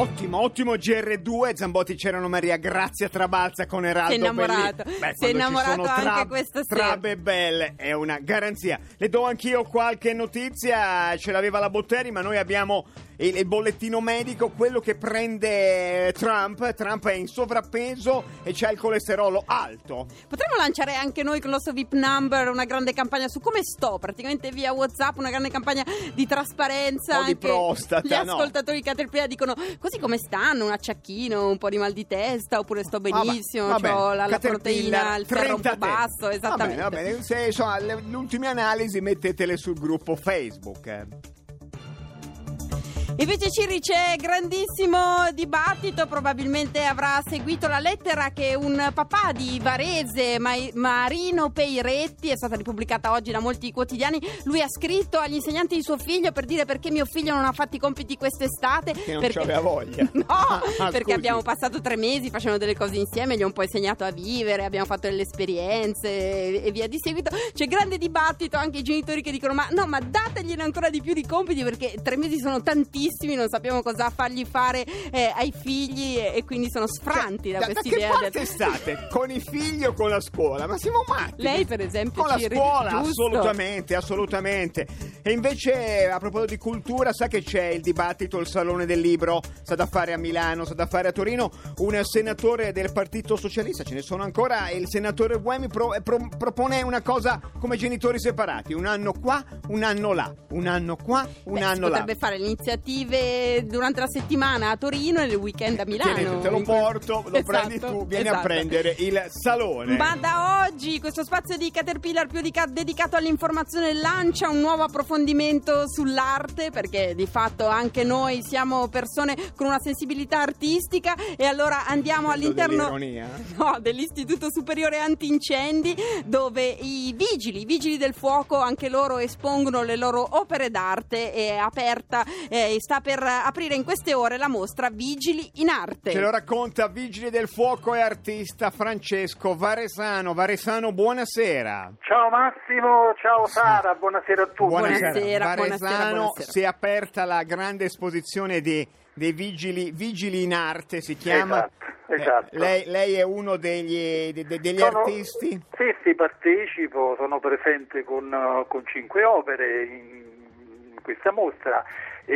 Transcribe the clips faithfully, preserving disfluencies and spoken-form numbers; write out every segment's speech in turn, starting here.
Ottimo, ottimo G R due, Zambotti, c'erano Maria Grazia Trabalza con Eraldo. Si è innamorato, Beh, si è innamorato anche tra, questa sera. Trabe belle, è una garanzia. Le do anch'io qualche notizia, ce l'aveva la Botteri, ma noi abbiamo il, il bollettino medico, quello che prende Trump. Trump è in sovrappeso e c'ha il colesterolo alto. Potremmo lanciare anche noi con il nostro V I P number una grande campagna su come sto, praticamente via WhatsApp, una grande campagna di trasparenza. Un po' di anche prostata, gli no? ascoltatori di Caterpillar dicono così come stanno, un acciacchino, un po' di mal di testa, oppure sto benissimo, vabbè, ho la, la Caterpillar, proteina, il ferro un po' trenta basso, esattamente. Va bene, va bene. Se, insomma, le, le ultime analisi mettetele sul gruppo Facebook. eh. Invece Ciri, c'è grandissimo dibattito, probabilmente avrà seguito la lettera che un papà di Varese, Marino Peiretti, è stata ripubblicata oggi da molti quotidiani. Lui ha scritto agli insegnanti di suo figlio per dire perché mio figlio non ha fatto i compiti quest'estate. Che non perché... c'aveva voglia. No, ah, perché scusi. abbiamo passato tre mesi facendo delle cose insieme, gli ho un po' insegnato a vivere, abbiamo fatto delle esperienze e via di seguito. C'è grande dibattito, anche i genitori che dicono ma no, ma dategliene ancora di più di compiti perché tre mesi sono tantissimi, non sappiamo cosa fargli fare eh, ai figli e, e quindi sono sfranti cioè, da, da, questa da idea. che parte del... state? Con i figli o con la scuola? Ma siamo matti. Lei per esempio con la Ciri, scuola, giusto? assolutamente, assolutamente. E invece a proposito di cultura, sa che c'è il dibattito, il Salone del Libro, sta da fare a Milano, sta da fare a Torino. Un senatore del Partito Socialista, ce ne sono ancora, il senatore Buemi pro, pro, propone una cosa come genitori separati, un anno qua, un anno là, un anno qua, un Beh, anno si là. potrebbe fare le iniziative durante la settimana a Torino e il weekend a Milano. Tieni, te lo porto, lo esatto, prendi tu, vieni esatto. a prendere il salone. Ma da oggi questo spazio di Caterpillar più dica- dedicato all'informazione lancia un nuovo approfondimento sull'arte, perché di fatto anche noi siamo persone con una sensibilità artistica, e allora andiamo all'interno dell'ironia? no, dell'Istituto Superiore Antincendi, dove i vigili, i vigili del fuoco, anche loro espongono le loro opere d'arte. È aperta e eh, sta per aprire in queste ore la mostra Vigili in Arte. Ce lo racconta Vigili del Fuoco e artista Francesco Varesano. Varesano, buonasera. Ciao Massimo, ciao Sara, buonasera a tutti. Buonasera, Varesano, buonasera, buonasera. si è aperta la grande esposizione di, dei vigili, vigili in Arte, si chiama. Esatto, esatto. Eh, lei, lei è uno degli, de, de, degli sono, artisti? Sì, sì, partecipo, sono presente con, uh, con cinque opere in, in questa mostra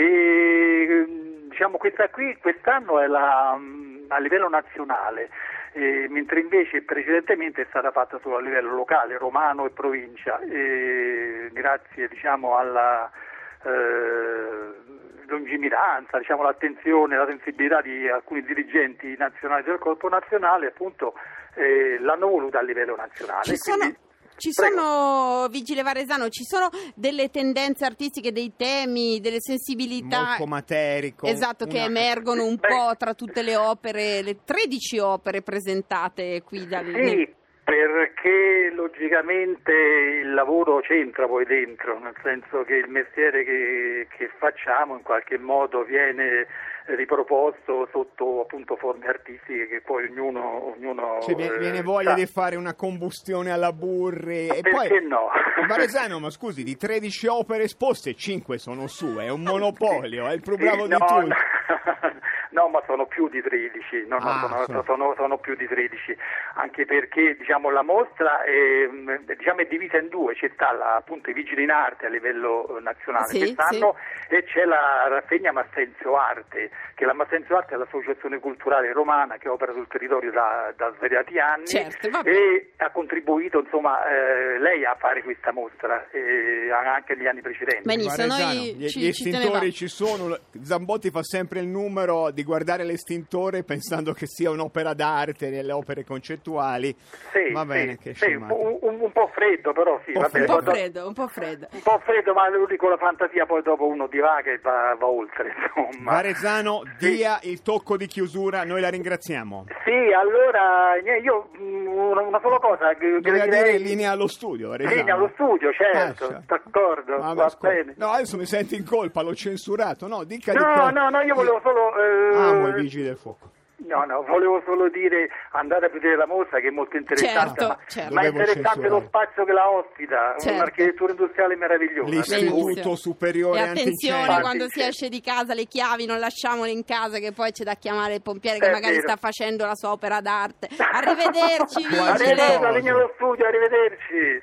e diciamo questa qui quest'anno è la, um, a livello nazionale. Eh, mentre invece precedentemente è stata fatta solo a livello locale, romano e provincia, e grazie diciamo alla eh, lungimiranza, diciamo l'attenzione, la sensibilità di alcuni dirigenti nazionali del corpo nazionale, appunto eh, l'hanno voluta a livello nazionale. Ci sono... Quindi, Ci Prego. sono, Vigile Varesano, ci sono delle tendenze artistiche, dei temi, delle sensibilità Molto materico. esatto, che una... emergono un Beh. po' tra tutte le opere, le tredici opere presentate qui dal... sì, perché logicamente il lavoro c'entra poi dentro, nel senso che il mestiere che, che facciamo in qualche modo viene riproposto sotto appunto forme artistiche che poi ognuno ognuno Cioè, viene, viene voglia di fare una combustione alla burri. E perché poi, no? Varesano, ma scusi, di tredici opere esposte, cinque sono sue, è un monopolio, è il più bravo Sì, di no, tutti. no. No, ma sono più di tredici, no, no, Ah, sono, sono- sono, sono più di tredici, anche perché diciamo la mostra è, diciamo, è divisa in due, c'è sta la, appunto i vigili in arte a livello nazionale Sì, quest'anno e c'è la rassegna Mastenzio Arte, che la Mastenzio Arte è l'associazione culturale romana che opera sul territorio da, da svariati anni. Certo, vabbè. E ha contribuito insomma eh, lei a fare questa mostra eh, anche negli anni precedenti. Benissimo, Varesano, noi gli, ci- gli ci estintori tenevamo. ci sono. Zambotti fa sempre il numero di guardare l'estintore pensando che sia un'opera d'arte nelle opere concettuali. Sì, Va bene, sì, che sì, scemata. un, un, un po' freddo però sì, Un po' vabbè, Un po' poi do- freddo, un po' freddo. un po' freddo, ma lo dico la fantasia, poi dopo uno divaga e va, va oltre, insomma. Varesano, Sì. dia il tocco di chiusura, noi la ringraziamo. Sì, allora niente, io mh, una, una sola cosa che, che Doveva le dire direi- in linea allo studio, Varesano. Linea allo studio, certo, Ah, certo. d'accordo, Ah, ma va ascolta- bene. No, adesso mi sento in colpa, l'ho censurato. No, dica di No, cosa- no, no, io volevo solo eh, Amo i vigili del fuoco. No, no, volevo solo dire andate a vedere la mostra che è molto interessante, Certo, ma, certo. ma è Dovevo interessante censurare. lo spazio che la ospita, Certo. un'architettura industriale meravigliosa. L'Istituto Benissimo. Superiore E attenzione Antincendio. quando si esce di casa, le chiavi non lasciamole in casa, che poi c'è da chiamare il pompiere che È magari vero. sta facendo la sua opera d'arte. Arrivederci, Qualche vigile. Arrivederci, cosa. la linea dello studio, arrivederci.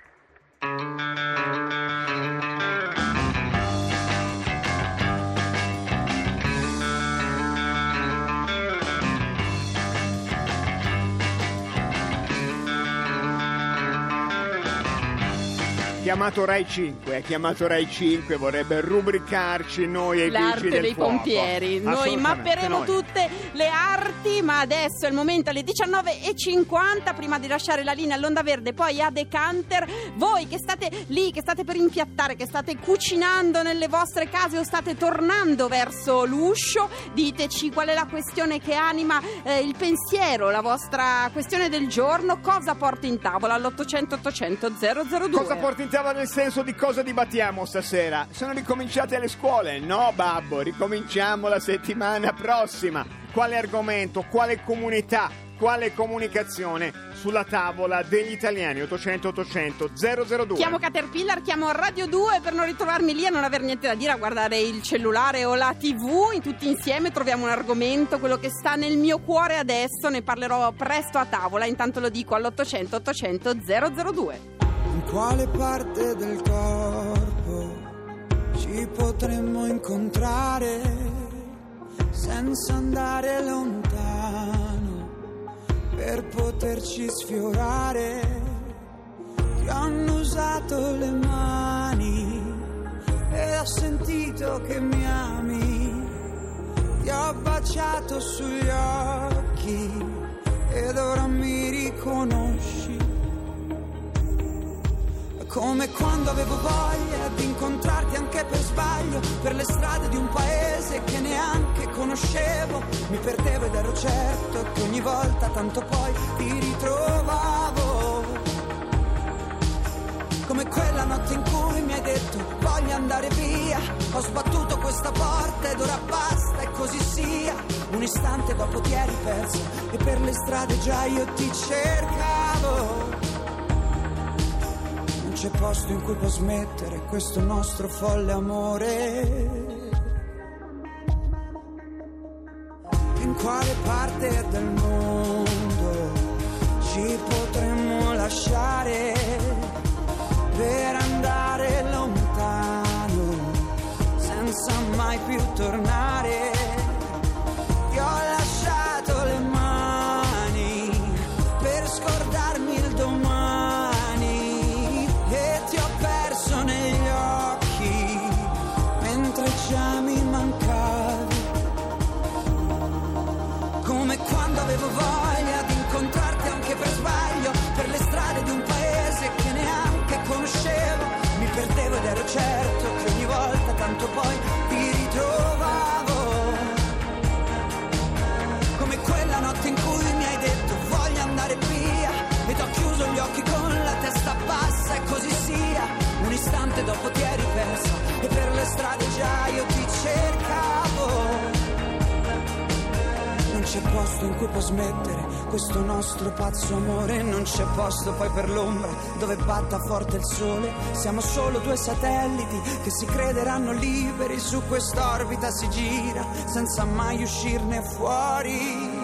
Chiamato Rai cinque, ha chiamato Rai cinque, vorrebbe rubricarci noi ai vigili L'arte del dei fuoco. pompieri. Noi Assolutamente, mapperemo noi. tutte le arti, ma adesso è il momento alle diciannove e cinquanta, prima di lasciare la linea all'Onda Verde, poi a Decanter. Voi che state lì, che state per impiattare, che state cucinando nelle vostre case o state tornando verso l'uscio, diteci qual è la questione che anima eh, il pensiero, la vostra questione del giorno, cosa porti in tavola all'ottocento ottocento zero zero due. Cosa porti in tavola nel senso di cosa dibattiamo stasera? Sono ricominciate le scuole? No, babbo, ricominciamo la settimana prossima. Quale argomento, quale comunità, quale comunicazione sulla tavola degli italiani? Ottocento ottocento zero zero due. Chiamo Caterpillar, chiamo Radio due per non ritrovarmi lì a non aver niente da dire, a guardare il cellulare o la tivù. Tutti insieme troviamo un argomento, quello che sta nel mio cuore adesso. Ne parlerò presto a tavola, intanto lo dico all'ottocento ottocento zero zero due. In quale parte del corpo ci potremmo incontrare senza andare lontano per poterci sfiorare? Ti ho annusato le mani e ho sentito che mi ami, ti ho baciato sugli occhi ed ora mi riconosci. Come quando avevo voglia di incontrarti anche per sbaglio, per le strade di un paese che neanche conoscevo. Mi perdevo ed ero certo che ogni volta tanto poi ti ritrovavo. Come quella notte in cui mi hai detto voglio andare via. Ho sbattuto questa porta ed ora basta e così sia. Un istante dopo ti eri perso e per le strade già io ti cercavo. C'è posto in cui può smettere questo nostro folle amore. In quale parte del mondo ci potremmo lasciare per andare lontano senza mai più tornare? Ti ho lasciato le mani per scordarmi il domani. Negli occhi mentre già mi mancavi, come quando avevo voglia di incontrarti anche per sbaglio, per le strade di un paese che neanche conoscevo. Mi perdevo ed ero certo che ogni volta tanto poi ti ritrovavo. Come quella notte in cui mi hai detto voglio andare via ed ho chiuso gli occhi con la testa bassa e così sia. Un istante dopo ti eri perso e per le strade già io ti cercavo. Non c'è posto in cui può smettere questo nostro pazzo amore. Non c'è posto poi per l'ombra dove batta forte il sole. Siamo solo due satelliti che si crederanno liberi. Su quest'orbita si gira senza mai uscirne fuori.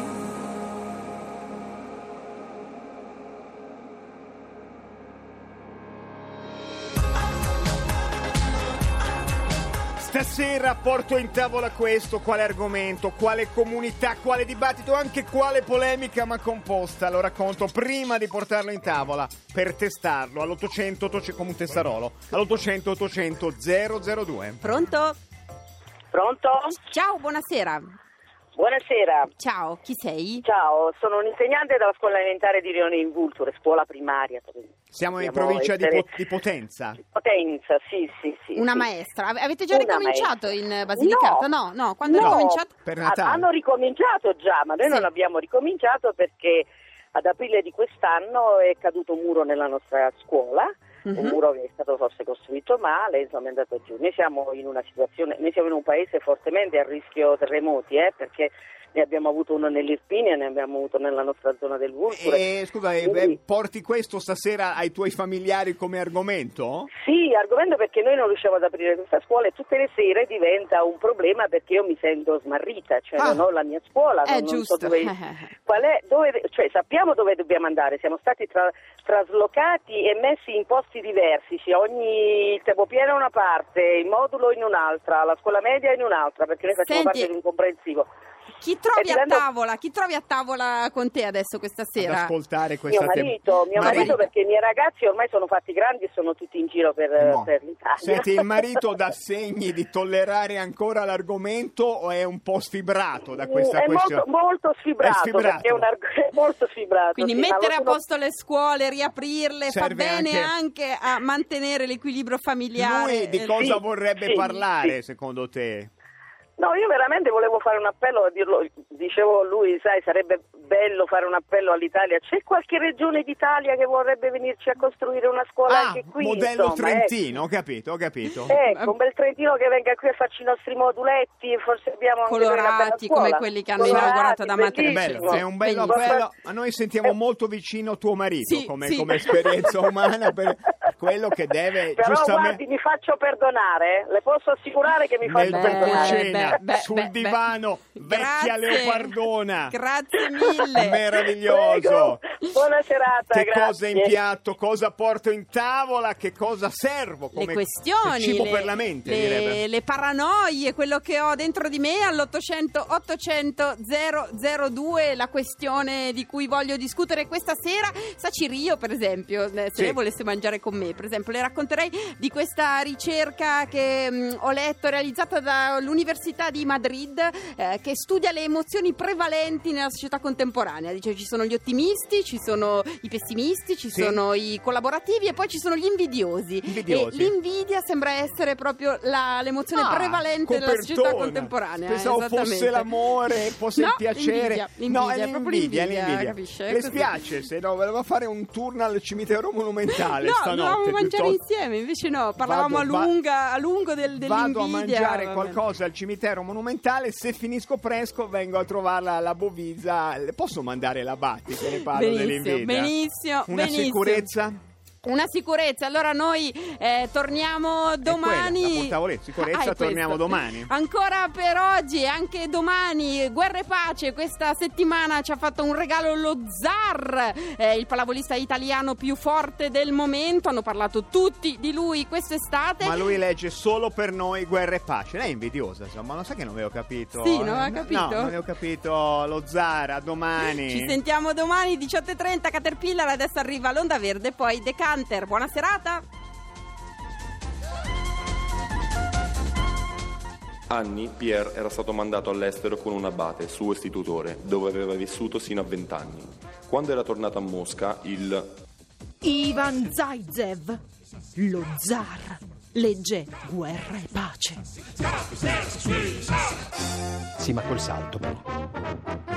Stasera porto in tavola questo, quale argomento, quale comunità, quale dibattito, anche quale polemica, ma composta. Lo racconto prima di portarlo in tavola per testarlo all'ottocento ottocento come un testarolo, all'ottocento ottocento zero zero due. Pronto? Pronto? Ciao, buonasera. Buonasera. Ciao, chi sei? Ciao, sono un insegnante della scuola elementare di Rione in Vulture, scuola primaria. Siamo in Dobbiamo provincia di, essere- Po- di Potenza. Potenza, sì, sì, sì. Una sì. maestra. Ave- Avete già Una ricominciato maestra. in Basilicata? No, no, quando No. è ricominciato? Per Ha- Natale. hanno ricominciato già, ma noi Sì. non abbiamo ricominciato perché ad aprile di quest'anno è caduto un muro nella nostra scuola un muro che è stato forse costruito male, insomma è andato giù. Noi siamo in una situazione, noi siamo in un paese fortemente a rischio terremoti, eh, perché ne abbiamo avuto uno nell'Irpinia, ne abbiamo avuto nella nostra zona del Vulture. E scusa, Quindi, porti questo stasera ai tuoi familiari come argomento? Sì, argomento perché noi non riusciamo ad aprire questa scuola e tutte le sere diventa un problema perché io mi sento smarrita, cioè ah, non ho la mia scuola, è non, giusto. non so dove, qual è, dove, cioè sappiamo dove dobbiamo andare, siamo stati tra, traslocati e messi in posti diversi, cioè ogni il Tempopieno in una parte, il modulo in un'altra, la scuola media in un'altra, perché noi facciamo Senti, parte di un comprensivo. Chi trovi divento... a tavola? Chi trovi a tavola con te adesso questa sera? Ad ascoltare questa Mio marito, te... mio marito, marito perché i miei ragazzi ormai sono fatti grandi e sono tutti in giro per, no. per l'Italia. Senti, il marito dà segni di tollerare ancora l'argomento o è un po' sfibrato da questa è questione? Molto, molto sfibrato, è sfibrato. perché è, un arg- è molto sfibrato. Quindi sì, mettere a uno... posto le scuole, riaprirle, fa Serve bene anche... anche a mantenere l'equilibrio familiare. Lui di cosa Sì, vorrebbe sì, parlare, sì. secondo te? No, io veramente volevo fare un appello, a dirlo, dicevo lui, sai, sarebbe bello fare un appello all'Italia. C'è qualche regione d'Italia che vorrebbe venirci a costruire una scuola Ah, anche qui? modello insomma, Trentino, ecco. ho capito, ho capito. Ecco, un bel Trentino che venga qui a farci i nostri moduletti, forse abbiamo anche colorati una bella scuola. come quelli che hanno Colorati, inaugurato da Amatrice. Bello, è un bello Benissimo. appello, ma noi sentiamo molto vicino tuo marito Sì, come, sì. come esperienza umana per quello che deve Però giustamente guardi, mi faccio perdonare, le posso assicurare che mi nel faccio Beh, perdonare. cena, beh, beh, sul beh, divano, beh. vecchia Grazie. leopardona. Grazie mille. Meraviglioso. Prego. Buona serata, Che grazie. cosa in piatto, cosa porto in tavola, che cosa servo come Le questioni, cibo le, per la mente, le, direbbe. le paranoie, quello che ho dentro di me all'ottocento ottocento zero zero due, la questione di cui voglio discutere questa sera. Sacirio, per esempio, eh, se Sì. lei volesse mangiare con me, per esempio, le racconterei di questa ricerca che mh, ho letto, realizzata dall'Università di Madrid, eh, che studia le emozioni prevalenti nella società contemporanea. Dice ci sono gli ottimisti, ci sono i pessimisti, ci Sì. sono i collaborativi e poi ci sono gli invidiosi. Invidiosi. E l'invidia sembra essere proprio la, l'emozione Ah, prevalente della società copertona. contemporanea. Pensavo esattamente. fosse l'amore, fosse No, il piacere. l'invidia, l'invidia, no, è proprio l'invidia, è l'invidia, l'invidia. capisce? È Le così. spiace se no, voleva fare un turno al cimitero monumentale No, stanotte. dovevamo mangiare piuttosto. insieme, invece no, parlavamo Vado, a, va- lunga, a lungo del, dell'invidia. Vado a mangiare vabbè. qualcosa al cimitero monumentale, se finisco presto vengo a trovarla alla Bovisa. Le posso mandare la Batti che ne parlo Benissimo, dell'invidia? benissimo, Una benissimo. sicurezza? Una sicurezza, allora noi eh, torniamo domani. quella, la portavo lì, sicurezza, Ah, è torniamo questo. domani. Ancora per oggi e anche domani, Guerra e Pace, questa settimana ci ha fatto un regalo lo Zar, eh, il pallavolista italiano più forte del momento, hanno parlato tutti di lui quest'estate. Ma lui legge solo per noi Guerra e Pace. Lei è invidiosa, insomma, non sa che non avevo capito. Sì, non eh? aveva capito? No, non avevo capito. Lo Zara, domani. Ci sentiamo domani diciotto e trenta, Caterpillar, adesso arriva l'Onda Verde, poi Decanter. Buona serata. Anni Pierre era stato mandato all'estero con un abate, suo istitutore, dove aveva vissuto sino a vent'anni. Quando era tornato a Mosca, il Ivan Zaitsev, lo zar, legge Guerra e Pace. Sì, ma col salto però.